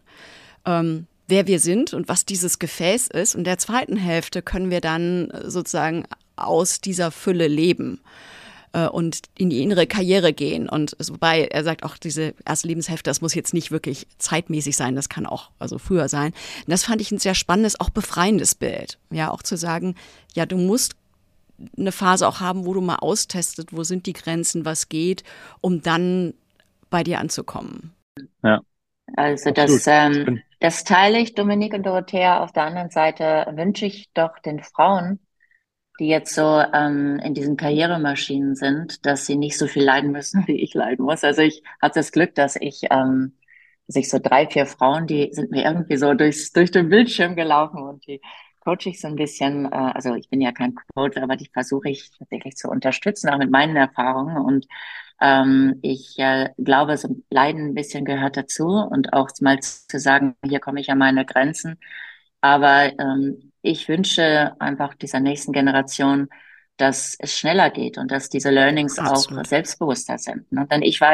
wer wir sind und was dieses Gefäß ist. Und in der zweiten Hälfte können wir dann sozusagen aus dieser Fülle leben und in die innere Karriere gehen. Und wobei er sagt auch, diese erste Lebenshälfte, das muss jetzt nicht wirklich zeitmäßig sein, das kann auch also früher sein. Und das fand ich ein sehr spannendes, auch befreiendes Bild. Ja, auch zu sagen, ja, du musst eine Phase auch haben, wo du mal austestet, wo sind die Grenzen, was geht, um dann bei dir anzukommen. Ja. Also absolut. Das teile ich, Dominik und Dorothea. Auf der anderen Seite wünsche ich doch den Frauen, die jetzt so in diesen Karrieremaschinen sind, dass sie nicht so viel leiden müssen, wie ich leiden muss. Also ich habe das Glück, dass ich so 3, 4 Frauen, die sind mir irgendwie so durch den Bildschirm gelaufen und die coache ich so ein bisschen. Also ich bin ja kein Coach, aber die versuche ich tatsächlich zu unterstützen, auch mit meinen Erfahrungen. Und ich glaube, so Leiden ein bisschen gehört dazu und auch mal zu sagen, hier komme ich an meine Grenzen. Aber ich wünsche einfach dieser nächsten Generation, dass es schneller geht und dass diese Learnings auch Absolut. selbstbewusster sind. Ne? Denn ich war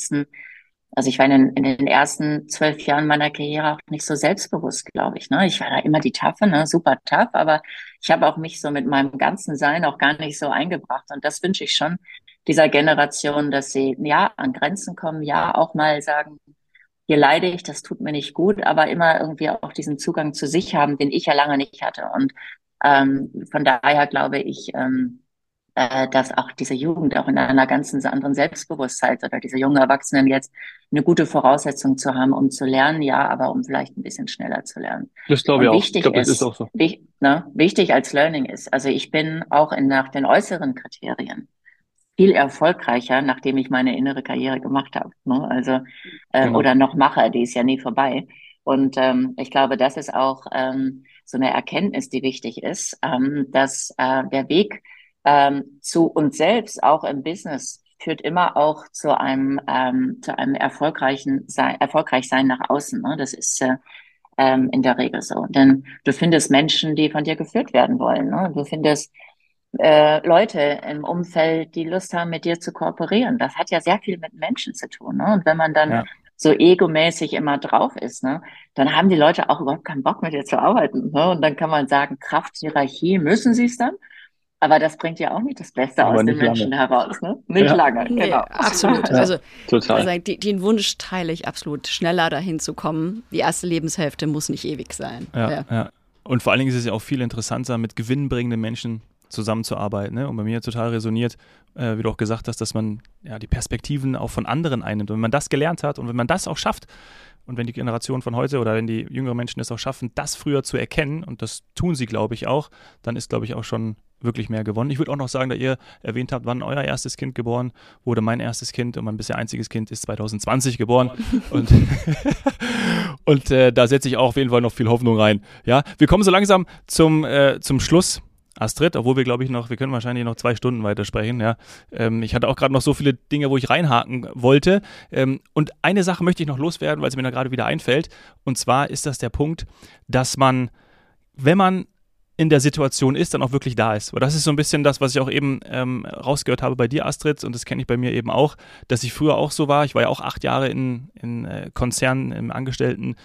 ich war in den ersten 12 Jahren meiner Karriere auch nicht so selbstbewusst, glaube ich. Ne? Ich war da immer die Taffe, ne? Super tough, aber ich habe auch mich so mit meinem ganzen Sein auch gar nicht so eingebracht. Und das wünsche ich schon dieser Generation, dass sie ja an Grenzen kommen, ja auch mal sagen, hier leide ich, das tut mir nicht gut, aber immer irgendwie auch diesen Zugang zu sich haben, den ich ja lange nicht hatte. Und von daher glaube ich, dass auch diese Jugend auch in einer ganz anderen Selbstbewusstheit oder diese jungen Erwachsenen jetzt eine gute Voraussetzung zu haben, um zu lernen, ja, aber um vielleicht ein bisschen schneller zu lernen. Das glaube ich Und auch. Ich glaube, das ist auch so. wichtig als Learning ist, also ich bin auch nach den äußeren Kriterien viel erfolgreicher, nachdem ich meine innere Karriere gemacht habe. Ne? Also Genau. oder noch mache, die ist ja nie vorbei. Und ich glaube, das ist auch so eine Erkenntnis, die wichtig ist, dass der Weg zu uns selbst, auch im Business, führt immer auch zu einem erfolgreich sein nach außen. Ne? Das ist in der Regel so. Denn du findest Menschen, die von dir geführt werden wollen. Ne? Du findest Leute im Umfeld, die Lust haben, mit dir zu kooperieren. Das hat ja sehr viel mit Menschen zu tun. Ne? Und wenn man dann Ja. so egomäßig immer drauf ist, ne, dann haben die Leute auch überhaupt keinen Bock, mit dir zu arbeiten. Ne? Und dann kann man sagen, Kraft, Hierarchie, müssen sie es dann? Aber das bringt ja auch nicht das Beste Aber aus den nicht lange. Menschen heraus. Ne? Nicht Ja. lange, Nee, genau. absolut. Ja, Also total. den Wunsch teile ich absolut, schneller dahin zu kommen. Die erste Lebenshälfte muss nicht ewig sein. Ja. Und vor allen Dingen ist es ja auch viel interessanter, mit gewinnbringenden Menschen zusammenzuarbeiten. Ne? Und bei mir total resoniert, wie du auch gesagt hast, dass man ja die Perspektiven auch von anderen einnimmt. Und wenn man das gelernt hat und wenn man das auch schafft, und wenn die Generation von heute oder wenn die jüngeren Menschen es auch schaffen, das früher zu erkennen, und das tun sie, glaube ich, auch, dann ist, glaube ich, auch schon wirklich mehr gewonnen. Ich würde auch noch sagen, da ihr erwähnt habt, wann euer erstes Kind geboren wurde. Mein erstes Kind und mein bisher einziges Kind ist 2020 geboren. Und da setze ich auch auf jeden Fall noch viel Hoffnung rein. Ja, wir kommen so langsam zum Schluss. Astrid, obwohl wir, glaube ich, wir können wahrscheinlich noch 2 Stunden weitersprechen, ja. Ich hatte auch gerade noch so viele Dinge, wo ich reinhaken wollte. Und eine Sache möchte ich noch loswerden, weil es mir da gerade wieder einfällt. Und zwar ist das der Punkt, dass man, wenn man in der Situation ist, dann auch wirklich da ist. Und das ist so ein bisschen das, was ich auch eben rausgehört habe bei dir, Astrid, und das kenne ich bei mir eben auch, dass ich früher auch so war. Ich war ja auch 8 Jahre in Konzernen im Angestellten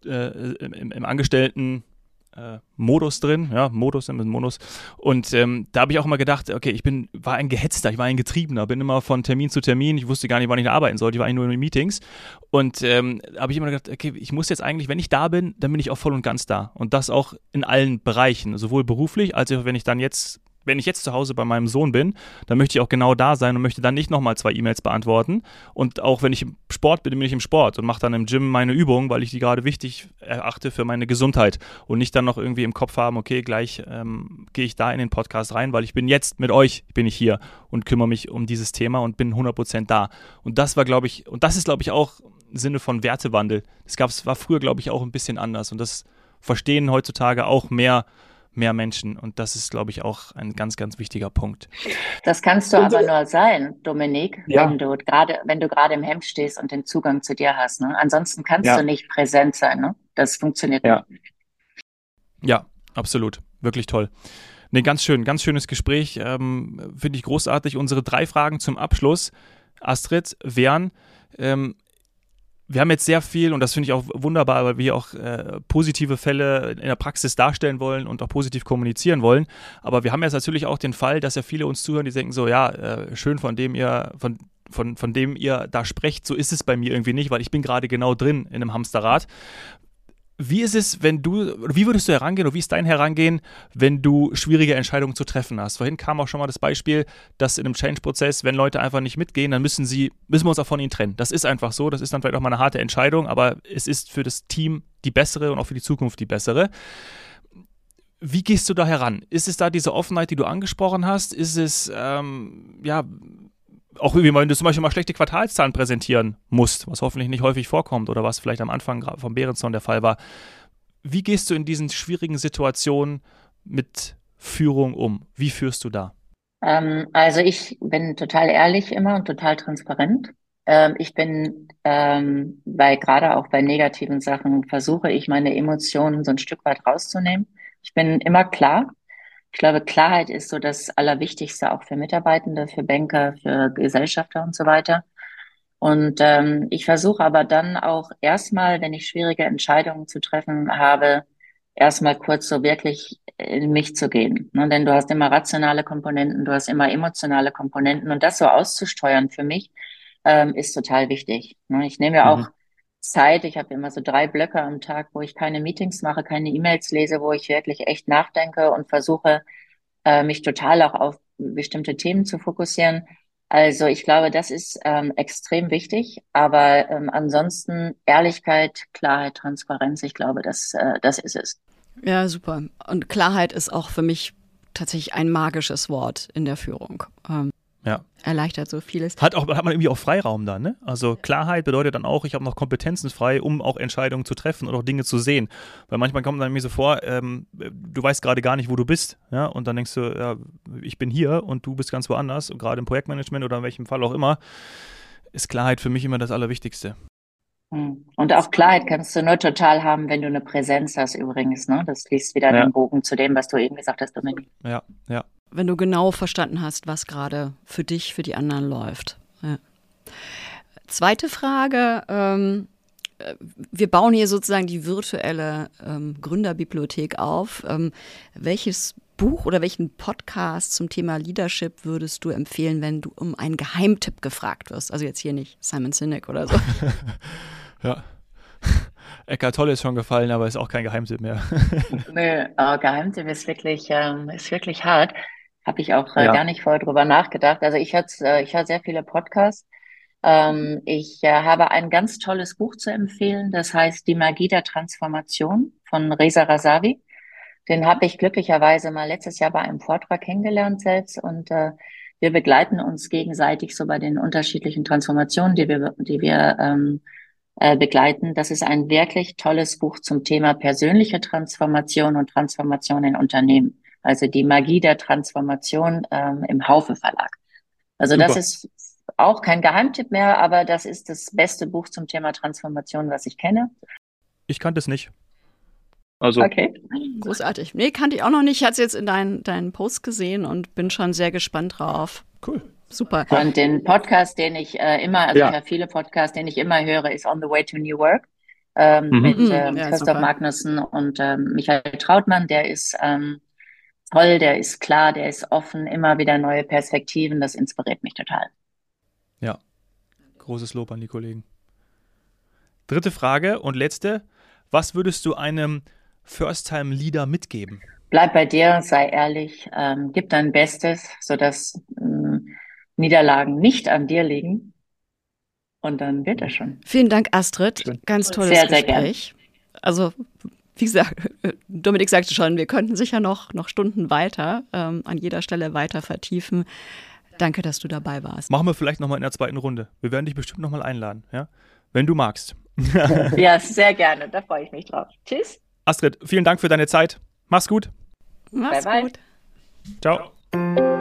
Modus drin, ja, Modus. Und da habe ich auch immer gedacht, okay, war ein Gehetzter, ich war ein Getriebener, bin immer von Termin zu Termin, ich wusste gar nicht, wann ich arbeiten sollte, ich war eigentlich nur in Meetings. Und habe ich immer gedacht, okay, ich muss jetzt eigentlich, wenn ich da bin, dann bin ich auch voll und ganz da. Und das auch in allen Bereichen, sowohl beruflich, als auch wenn ich jetzt zu Hause bei meinem Sohn bin, dann möchte ich auch genau da sein und möchte dann nicht nochmal 2 E-Mails beantworten. Und auch wenn ich im Sport bin ich im Sport und mache dann im Gym meine Übungen, weil ich die gerade wichtig erachte für meine Gesundheit. Und nicht dann noch irgendwie im Kopf haben, okay, gleich gehe ich da in den Podcast rein, weil ich bin jetzt mit euch, bin ich hier und kümmere mich um dieses Thema und bin 100% da. Und das war, glaube ich, auch im Sinne von Wertewandel. War früher, glaube ich, auch ein bisschen anders. Und das verstehen heutzutage auch mehr Menschen. Und das ist, glaube ich, auch ein ganz, ganz wichtiger Punkt. Das kannst du aber nur sein, Dominik, Ja. wenn du gerade im Hemd stehst und den Zugang zu dir hast. Ne? Ansonsten kannst Ja. du nicht präsent sein. Ne? Das funktioniert Ja. nicht. Ja, absolut. Wirklich toll. Nee, ganz schönes Gespräch. Finde ich großartig. Unsere 3 Fragen zum Abschluss, Astrid, wären, wir haben jetzt sehr viel, und das finde ich auch wunderbar, weil wir auch positive Fälle in der Praxis darstellen wollen und auch positiv kommunizieren wollen. Aber wir haben jetzt natürlich auch den Fall, dass ja viele uns zuhören, die denken so, ja, schön von dem ihr da sprecht, so ist es bei mir irgendwie nicht, weil ich bin gerade genau drin in einem Hamsterrad. Wie ist es, wie würdest du herangehen oder wie ist dein Herangehen, wenn du schwierige Entscheidungen zu treffen hast? Vorhin kam auch schon mal das Beispiel, dass in einem Change-Prozess, wenn Leute einfach nicht mitgehen, dann müssen wir uns auch von ihnen trennen. Das ist einfach so, das ist dann vielleicht auch mal eine harte Entscheidung, aber es ist für das Team die bessere und auch für die Zukunft die bessere. Wie gehst du da heran? Ist es da diese Offenheit, die du angesprochen hast? Ist es, auch wie wenn du zum Beispiel mal schlechte Quartalszahlen präsentieren musst, was hoffentlich nicht häufig vorkommt oder was vielleicht am Anfang von Berenson der Fall war. Wie gehst du in diesen schwierigen Situationen mit Führung um? Wie führst du da? Also ich bin total ehrlich immer und total transparent. Ich bin, weil gerade auch bei negativen Sachen versuche ich meine Emotionen so ein Stück weit rauszunehmen. Ich bin immer klar. Ich glaube, Klarheit ist so das Allerwichtigste auch für Mitarbeitende, für Banker, für Gesellschafter und so weiter. Und ich versuche aber dann auch erstmal, wenn ich schwierige Entscheidungen zu treffen habe, erstmal kurz so wirklich in mich zu gehen. Ne? Denn du hast immer rationale Komponenten, du hast immer emotionale Komponenten und das so auszusteuern für mich ist total wichtig. Ne? Ich nehme ja auch Zeit. Ich habe immer so 3 Blöcke am Tag, wo ich keine Meetings mache, keine E-Mails lese, wo ich wirklich echt nachdenke und versuche, mich total auch auf bestimmte Themen zu fokussieren. Also ich glaube, das ist extrem wichtig. Aber ansonsten Ehrlichkeit, Klarheit, Transparenz, ich glaube, das ist es. Ja, super. Und Klarheit ist auch für mich tatsächlich ein magisches Wort in der Führung. Ja. Erleichtert so vieles. Hat man irgendwie auch Freiraum dann, ne? Also Klarheit bedeutet dann auch, ich habe noch Kompetenzen frei, um auch Entscheidungen zu treffen und auch Dinge zu sehen. Weil manchmal kommt dann mir so vor, du weißt gerade gar nicht, wo du bist, ja? Und dann denkst du, ja, ich bin hier und du bist ganz woanders. Und gerade im Projektmanagement oder in welchem Fall auch immer, ist Klarheit für mich immer das Allerwichtigste. Und auch Klarheit kannst du nur total haben, wenn du eine Präsenz hast übrigens, ne? Das schließt wieder den Bogen zu dem, was du eben gesagt hast, Dominik. Ja. Wenn du genau verstanden hast, was gerade für dich, für die anderen läuft. Ja. Zweite Frage. Wir bauen hier sozusagen die virtuelle Gründerbibliothek auf. Welches Buch oder welchen Podcast zum Thema Leadership würdest du empfehlen, wenn du um einen Geheimtipp gefragt wirst? Also jetzt hier nicht Simon Sinek oder so. Ja. Eckhart Tolle ist schon gefallen, aber ist auch kein Geheimtipp mehr. Nö, Geheimtipp ist wirklich hart. Habe ich auch gar nicht vorher drüber nachgedacht. Also ich höre sehr viele Podcasts. Ich habe ein ganz tolles Buch zu empfehlen. Das heißt Die Magie der Transformation von Reza Razavi. Den habe ich glücklicherweise mal letztes Jahr bei einem Vortrag kennengelernt selbst. Und wir begleiten uns gegenseitig so bei den unterschiedlichen Transformationen, die wir begleiten. Das ist ein wirklich tolles Buch zum Thema persönliche Transformation und Transformation in Unternehmen. Also die Magie der Transformation im Haufe Verlag. Also Super. Das ist auch kein Geheimtipp mehr, aber das ist das beste Buch zum Thema Transformation, was ich kenne. Ich kannte es nicht. Also okay. Großartig. Nee, kannte ich auch noch nicht. Ich hatte es jetzt in deinen Post gesehen und bin schon sehr gespannt drauf. Cool. Super. Und den Podcast, den ich ich habe viele Podcasts, den ich immer höre, ist On the Way to New Work mit Christoph Magnussen und Michael Trautmann. Der ist toll, der ist klar, der ist offen, immer wieder neue Perspektiven. Das inspiriert mich total. Ja, großes Lob an die Kollegen. Dritte Frage und letzte. Was würdest du einem First-Time-Leader mitgeben? Bleib bei dir, sei ehrlich, gib dein Bestes, sodass Niederlagen nicht an dir liegen. Und dann wird das schon. Vielen Dank, Astrid. Schön. Ganz tolles Gespräch. Also, wie gesagt, Dominik sagte schon, wir könnten sicher noch Stunden weiter an jeder Stelle weiter vertiefen. Danke, dass du dabei warst. Machen wir vielleicht nochmal in der zweiten Runde. Wir werden dich bestimmt nochmal einladen, ja? Wenn du magst. Ja, sehr gerne. Da freue ich mich drauf. Tschüss. Astrid, vielen Dank für deine Zeit. Mach's gut. Mach's Bye, bye. gut. Ciao.